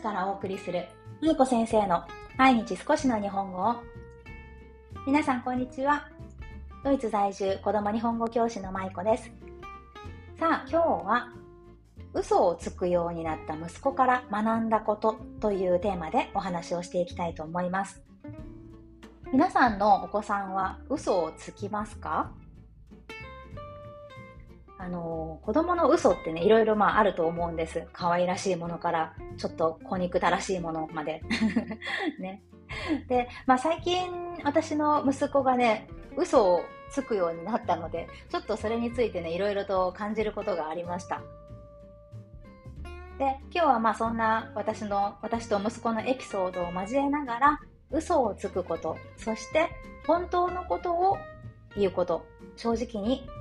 からお送りするまいこ先生の毎日少しの日本語を。皆さんこんにちは。ドイツ在住子供日本語教師のまいこです。さあ今日は嘘をつくようになった息子から学んだことというテーマでお話をしていきたいと思います。皆さんのお子さんは嘘をつきますか？子供の嘘ってね、いろいろあると思うんです。可愛らしいものからちょっと小憎たらしいものまでね。で、最近私の息子がね、嘘をつくようになったので、ちょっとそれについてね、いろいろと感じることがありました。で、今日はそんな私と息子のエピソードを交えながら、嘘をつくこと、そして本当のことを言うこと、正直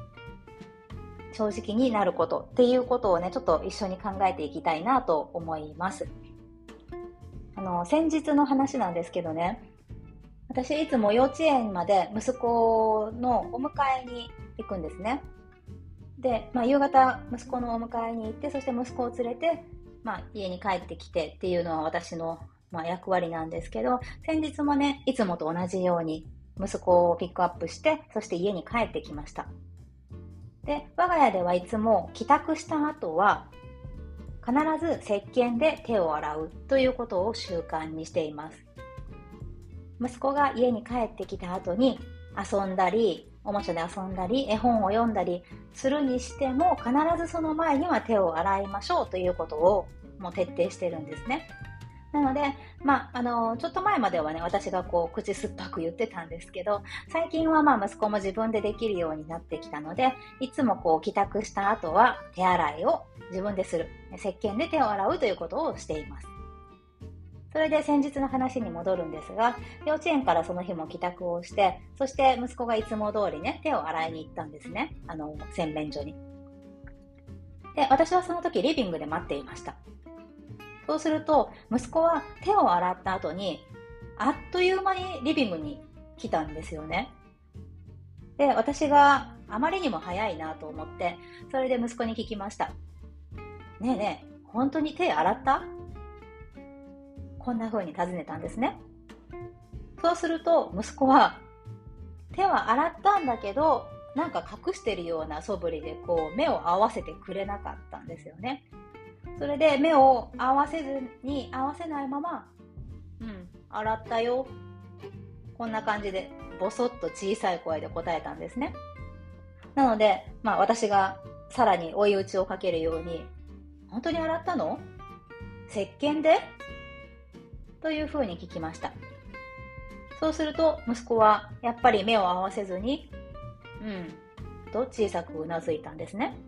になることっていうことをね、ちょっと一緒に考えていきたいなと思います。先日の話なんですけどね、私いつも幼稚園まで息子のお迎えに行くんですね。で、夕方息子のお迎えに行って、そして息子を連れて、家に帰ってきてっていうのは私の、役割なんですけど、先日もね、いつもと同じように息子をピックアップして、そして家に帰ってきました。で、我が家ではいつも帰宅した後は必ず石鹸で手を洗うということを習慣にしています。息子が家に帰ってきた後に遊んだり、おもちゃで遊んだり、絵本を読んだりするにしても、必ずその前には手を洗いましょうということをもう徹底してるんですね。なので、ちょっと前まではね、私が口酸っぱく言ってたんですけど、最近は息子も自分でできるようになってきたので、いつも帰宅した後は手洗いを自分でする。石鹸で手を洗うということをしています。それで先日の話に戻るんですが、幼稚園からその日も帰宅をして、そして息子がいつも通りね、手を洗いに行ったんですね。洗面所に。で、私はその時リビングで待っていました。そうすると、息子は手を洗った後に、あっという間にリビングに来たんですよね。で、私があまりにも早いなと思って、それで息子に聞きました。ねえねえ、本当に手洗った？こんな風に尋ねたんですね。そうすると、息子は、手は洗ったんだけど、なんか隠してるような素振りで目を合わせてくれなかったんですよね。それで目を合わせないまま、洗ったよ。こんな感じで、ボソッと小さい声で答えたんですね。なので、私がさらに追い打ちをかけるように、本当に洗ったの？石鹸で？というふうに聞きました。そうすると、息子はやっぱり目を合わせずに、と小さくうなずいたんですね。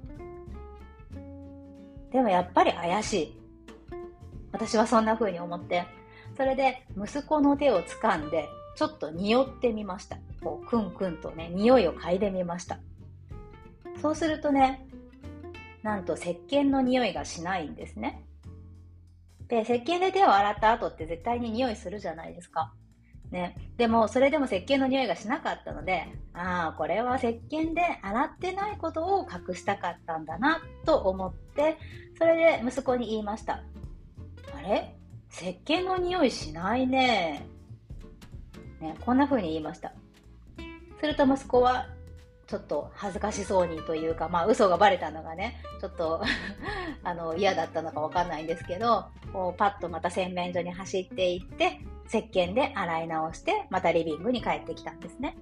でもやっぱり怪しい。私はそんな風に思って、それで息子の手を掴んで、ちょっと匂ってみました。クンクンとね、匂いを嗅いでみました。そうするとね、なんと石鹸の匂いがしないんですね。で、石鹸で手を洗った後って絶対に匂いするじゃないですか。ね、でもそれでも石鹸の匂いがしなかったので、これは石鹸で洗ってないことを隠したかったんだなと思って、それで息子に言いました。あれ？石鹸の匂いしないね。こんな風に言いました。すると息子はちょっと恥ずかしそうにというか、嘘がバレたのがね、ちょっと嫌だったのかわかんないんですけど、パッとまた洗面所に走っていって、石鹸で洗い直して、またリビングに帰ってきたんですね。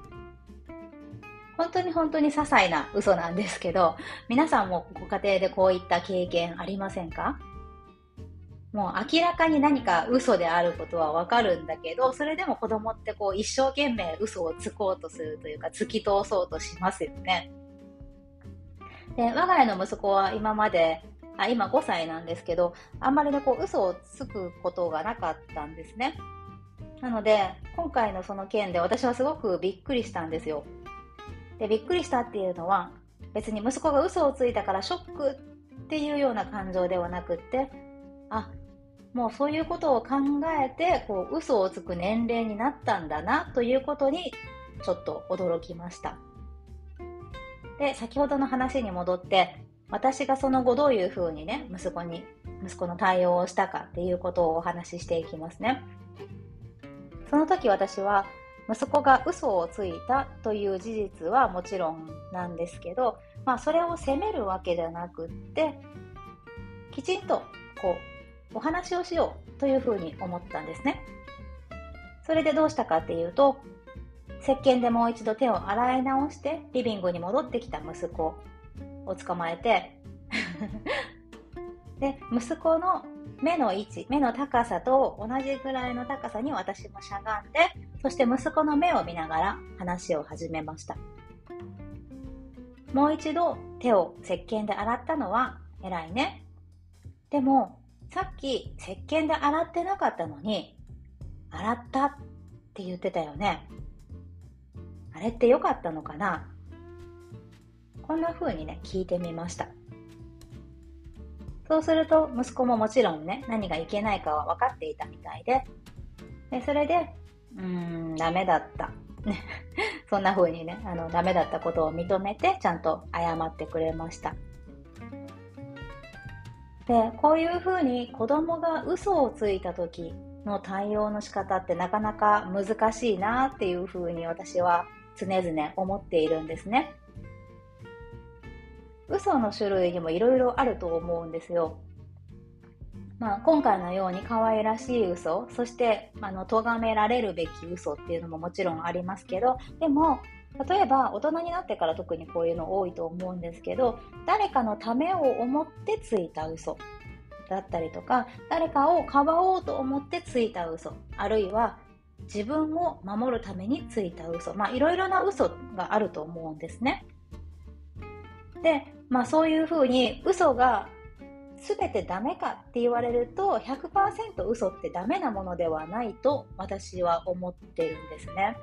本当に些細な嘘なんですけど、皆さんもご家庭でこういった経験ありませんか？もう明らかに何か嘘であることはわかるんだけど、それでも子供って一生懸命嘘をつこうとするというか、突き通そうとしますよね。で、我が家の息子は今5歳なんですけど、あんまりね、嘘をつくことがなかったんですね。なので、今回のその件で私はすごくびっくりしたんですよ。で、びっくりしたっていうのは、別に息子が嘘をついたからショックっていうような感情ではなくって、もうそういうことを考えて、嘘をつく年齢になったんだなということに、ちょっと驚きました。で、先ほどの話に戻って、私がその後どういうふうにね、息子に息子の対応をしたかっていうことをお話ししていきますね。その時私は息子が嘘をついたという事実はもちろんなんですけど、それを責めるわけじゃなくって、きちんとお話をしようというふうに思ったんですね。それでどうしたかっていうと、石鹸でもう一度手を洗い直してリビングに戻ってきた息子を捕まえてで、息子の目の位置、目の高さと同じぐらいの高さに私もしゃがんで、そして息子の目を見ながら話を始めました。もう一度手を石鹸で洗ったのは偉いね。でもさっき石鹸で洗ってなかったのに洗ったって言ってたよね。あれって良かったのかな？こんな風にね、聞いてみました。そうすると息子ももちろんね、何がいけないかは分かっていたみたいで、それでダメだったそんな風にね、ダメだったことを認めてちゃんと謝ってくれました。で、こういう風に子供が嘘をついた時の対応の仕方ってなかなか難しいなっていう風に私は常々思っているんですね。嘘の種類にもいろいろあると思うんですよ。今回のように可愛らしい嘘、そして咎められるべき嘘っていうのももちろんありますけど、でも例えば大人になってから特にこういうの多いと思うんですけど、誰かのためを思ってついた嘘だったりとか、誰かをかばおうと思ってついた嘘、あるいは自分を守るためについた嘘、いろいろな嘘があると思うんですね。で、そういうふうに嘘が全てダメかって言われると 100% 嘘ってダメなものではないと私は思ってるんですね。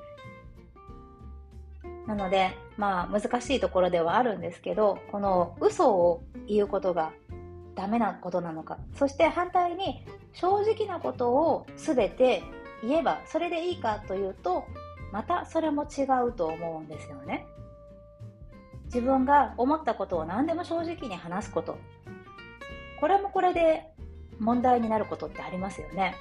なので難しいところではあるんですけど、この嘘を言うことがダメなことなのか、そして反対に正直なことを全て言えばそれでいいかというと、またそれも違うと思うんですよね。自分が思ったことを何でも正直に話すこと、これもこれで問題になることってありますよね。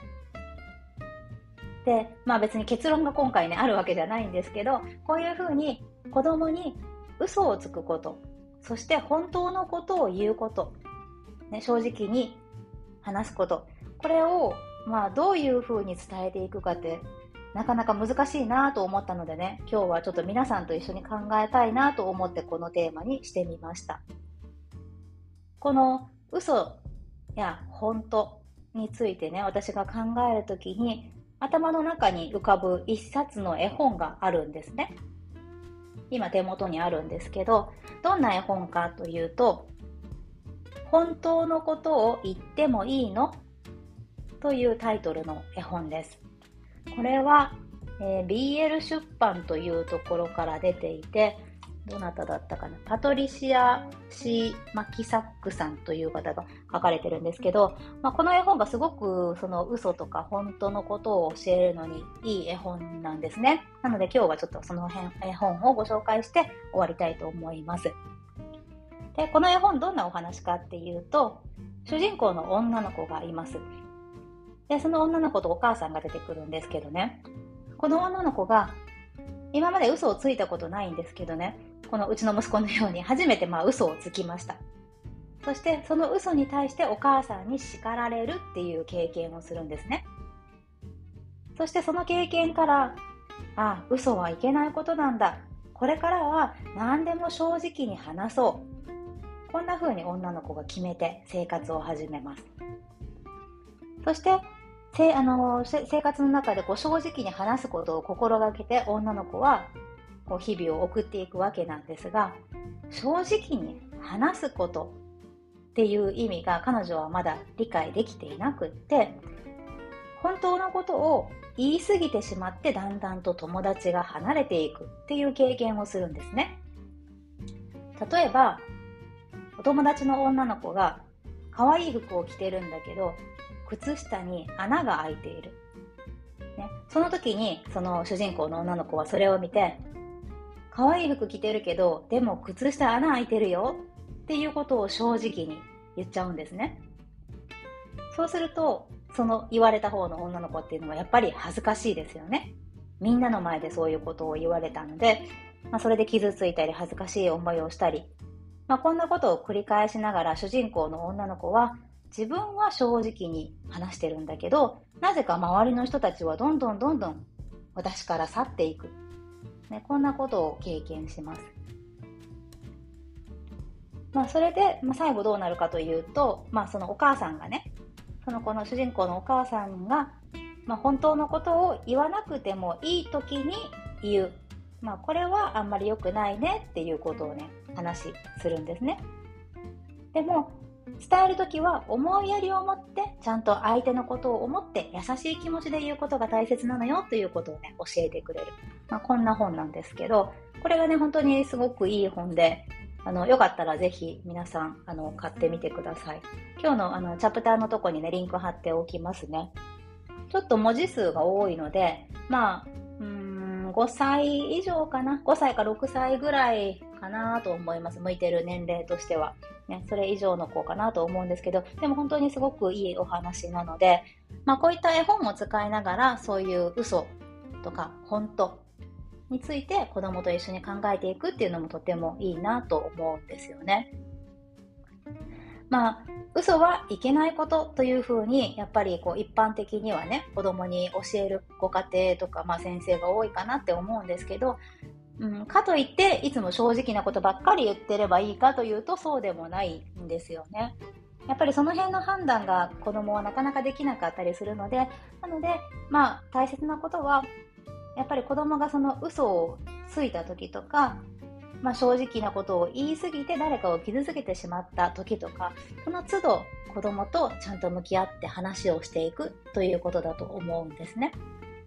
で、別に結論が今回ねあるわけじゃないんですけど、こういうふうに子供に嘘をつくこと、そして本当のことを言うこと、正直に話すこと、これをどういうふうに伝えていくかってなかなか難しいなと思ったのでね、今日はちょっと皆さんと一緒に考えたいなと思ってこのテーマにしてみました。この嘘や本当についてね、私が考えるときに頭の中に浮かぶ一冊の絵本があるんですね。今手元にあるんですけど、どんな絵本かというと、本当のことを言ってもいいの？というタイトルの絵本です。これは、BL 出版というところから出ていて、どなただったかな、パトリシア・シー・マキサックさんという方が書かれてるんですけど、この絵本がすごくその嘘とか本当のことを教えるのにいい絵本なんですね。なので今日はちょっとその絵本をご紹介して終わりたいと思います。で、この絵本どんなお話かっていうと、主人公の女の子がいます。で、その女の子とお母さんが出てくるんですけどね、この女の子が今まで嘘をついたことないんですけどね、このうちの息子のように初めて嘘をつきました。そしてその嘘に対してお母さんに叱られるっていう経験をするんですね。そしてその経験から、嘘はいけないことなんだ、これからは何でも正直に話そう、こんな風に女の子が決めて生活を始めます。そして生活の中で正直に話すことを心がけて女の子は日々を送っていくわけなんですが、正直に話すことっていう意味が彼女はまだ理解できていなくって、本当のことを言い過ぎてしまってだんだんと友達が離れていくっていう経験をするんですね。例えばお友達の女の子が可愛い服を着てるんだけど靴下に穴が開いている、その時にその主人公の女の子はそれを見て、可愛い服着てるけどでも靴下穴開いてるよっていうことを正直に言っちゃうんですね。 そうすると、その言われた方の女の子っていうのはやっぱり恥ずかしいですよね。みんなの前でそういうことを言われたので、それで傷ついたり恥ずかしい思いをしたり、こんなことを繰り返しながら主人公の女の子は自分は正直に話してるんだけど、なぜか周りの人たちはどんどん私から去っていく、こんなことを経験します。それで、最後どうなるかというと、そのお母さんがね、その子の主人公のお母さんが、本当のことを言わなくてもいい時に言う。これはあんまり良くないねっていうことをね、話するんですね。でも、伝えるときは思いやりを持って、ちゃんと相手のことを思って優しい気持ちで言うことが大切なのよということをね、教えてくれる。こんな本なんですけど、これがね、本当にすごくいい本で、よかったらぜひ皆さん、買ってみてください。今日のチャプターのとこにね、リンク貼っておきますね。ちょっと文字数が多いので、5歳以上かな、5歳か6歳ぐらいかなと思います。向いてる年齢としては。それ以上の子かなと思うんですけど、でも本当にすごくいいお話なので、こういった絵本を使いながら、そういう嘘とか本当について子供と一緒に考えていくっていうのもとてもいいなと思うんですよね。嘘はいけないことというふうに、やっぱり一般的にはね、子供に教えるご家庭とか、先生が多いかなって思うんですけど、かといっていつも正直なことばっかり言ってればいいかというと、そうでもないんですよね。やっぱりその辺の判断が子供はなかなかできなかったりするので、なので、大切なことは、やっぱり子供がその嘘をついた時とか、正直なことを言い過ぎて誰かを傷つけてしまった時とか、その都度子供とちゃんと向き合って話をしていくということだと思うんですね。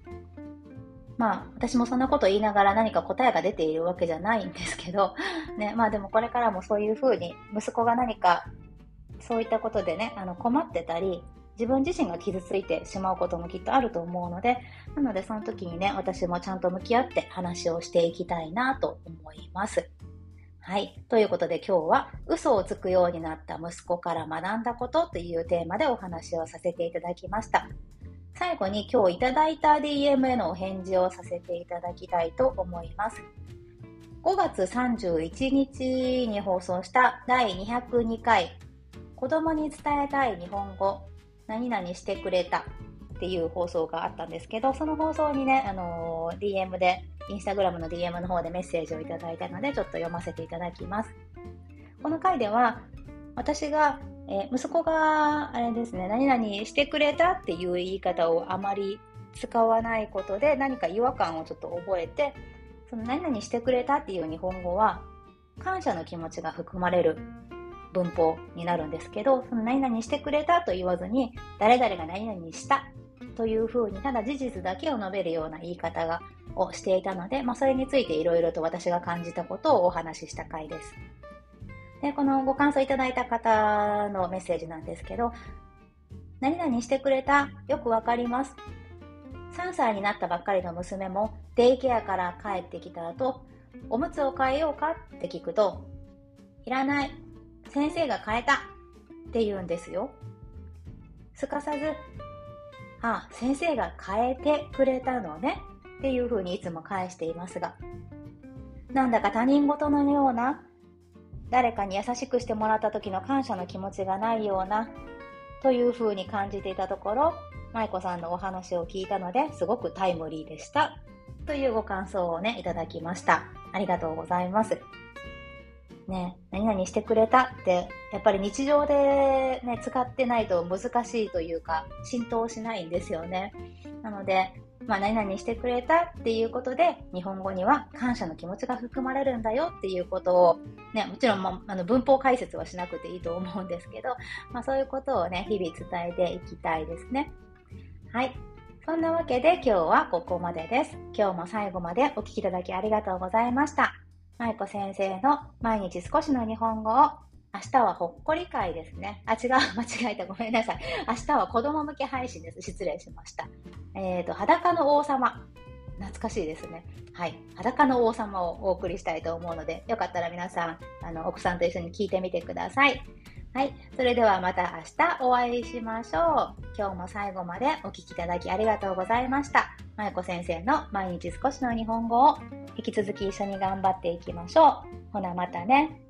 私もそんなこと言いながら何か答えが出ているわけじゃないんですけど、ね、でもこれからもそういうふうに息子が何かそういったことでね、困ってたり、自分自身が傷ついてしまうこともきっとあると思うので、なのでその時にね、私もちゃんと向き合って話をしていきたいなと思います。はい。ということで今日は嘘をつくようになった息子から学んだことというテーマでお話をさせていただきました。最後に今日いただいた DM へのお返事をさせていただきたいと思います。5月31日に放送した第202回子供に伝えたい日本語何々してくれたっていう放送があったんですけど、その放送にね、DM で、インスタグラムの DM の方でメッセージをいただいたので、ちょっと読ませていただきます。この回では、私が、息子が、あれですね、何々してくれたっていう言い方をあまり使わないことで、何か違和感をちょっと覚えて、その何々してくれたっていう日本語は、感謝の気持ちが含まれる文法になるんですけど、その何々してくれたと言わずに、誰々が何々したというふうに、ただ事実だけを述べるような言い方をしていたので、それについていろいろと私が感じたことをお話しした回です。で、このご感想いただいた方のメッセージなんですけど、何々してくれた、よくわかります。3歳になったばっかりの娘もデイケアから帰ってきた後、おむつを変えようかって聞くと、いらない、先生が変えたって言うんですよ。すかさず、先生が変えてくれたのねっていうふうにいつも返していますが、なんだか他人事のような、誰かに優しくしてもらった時の感謝の気持ちがないようなというふうに感じていたところ、舞子さんのお話を聞いたのですごくタイムリーでしたというご感想をね、いただきました。ありがとうございます。ね、何々してくれたってやっぱり日常で、ね、使ってないと難しいというか浸透しないんですよね。なので、何々してくれたっていうことで日本語には感謝の気持ちが含まれるんだよっていうことを、ね、もちろん文法解説はしなくていいと思うんですけど、そういうことをね日々伝えていきたいですね。はい、そんなわけで今日はここまでです。今日も最後までお聞きいただきありがとうございました。舞子先生の毎日少しの日本語を、明日はほっこり会ですね。違う、間違えた、ごめんなさい。明日は子供向け配信です。失礼しました。裸の王様。懐かしいですね。はい。裸の王様をお送りしたいと思うので、よかったら皆さん、奥さんと一緒に聞いてみてください。 はい。それではまた明日お会いしましょう。今日も最後までお聞きいただきありがとうございました。まゆこ先生の毎日少しの日本語を引き続き一緒に頑張っていきましょう。ほなまたね。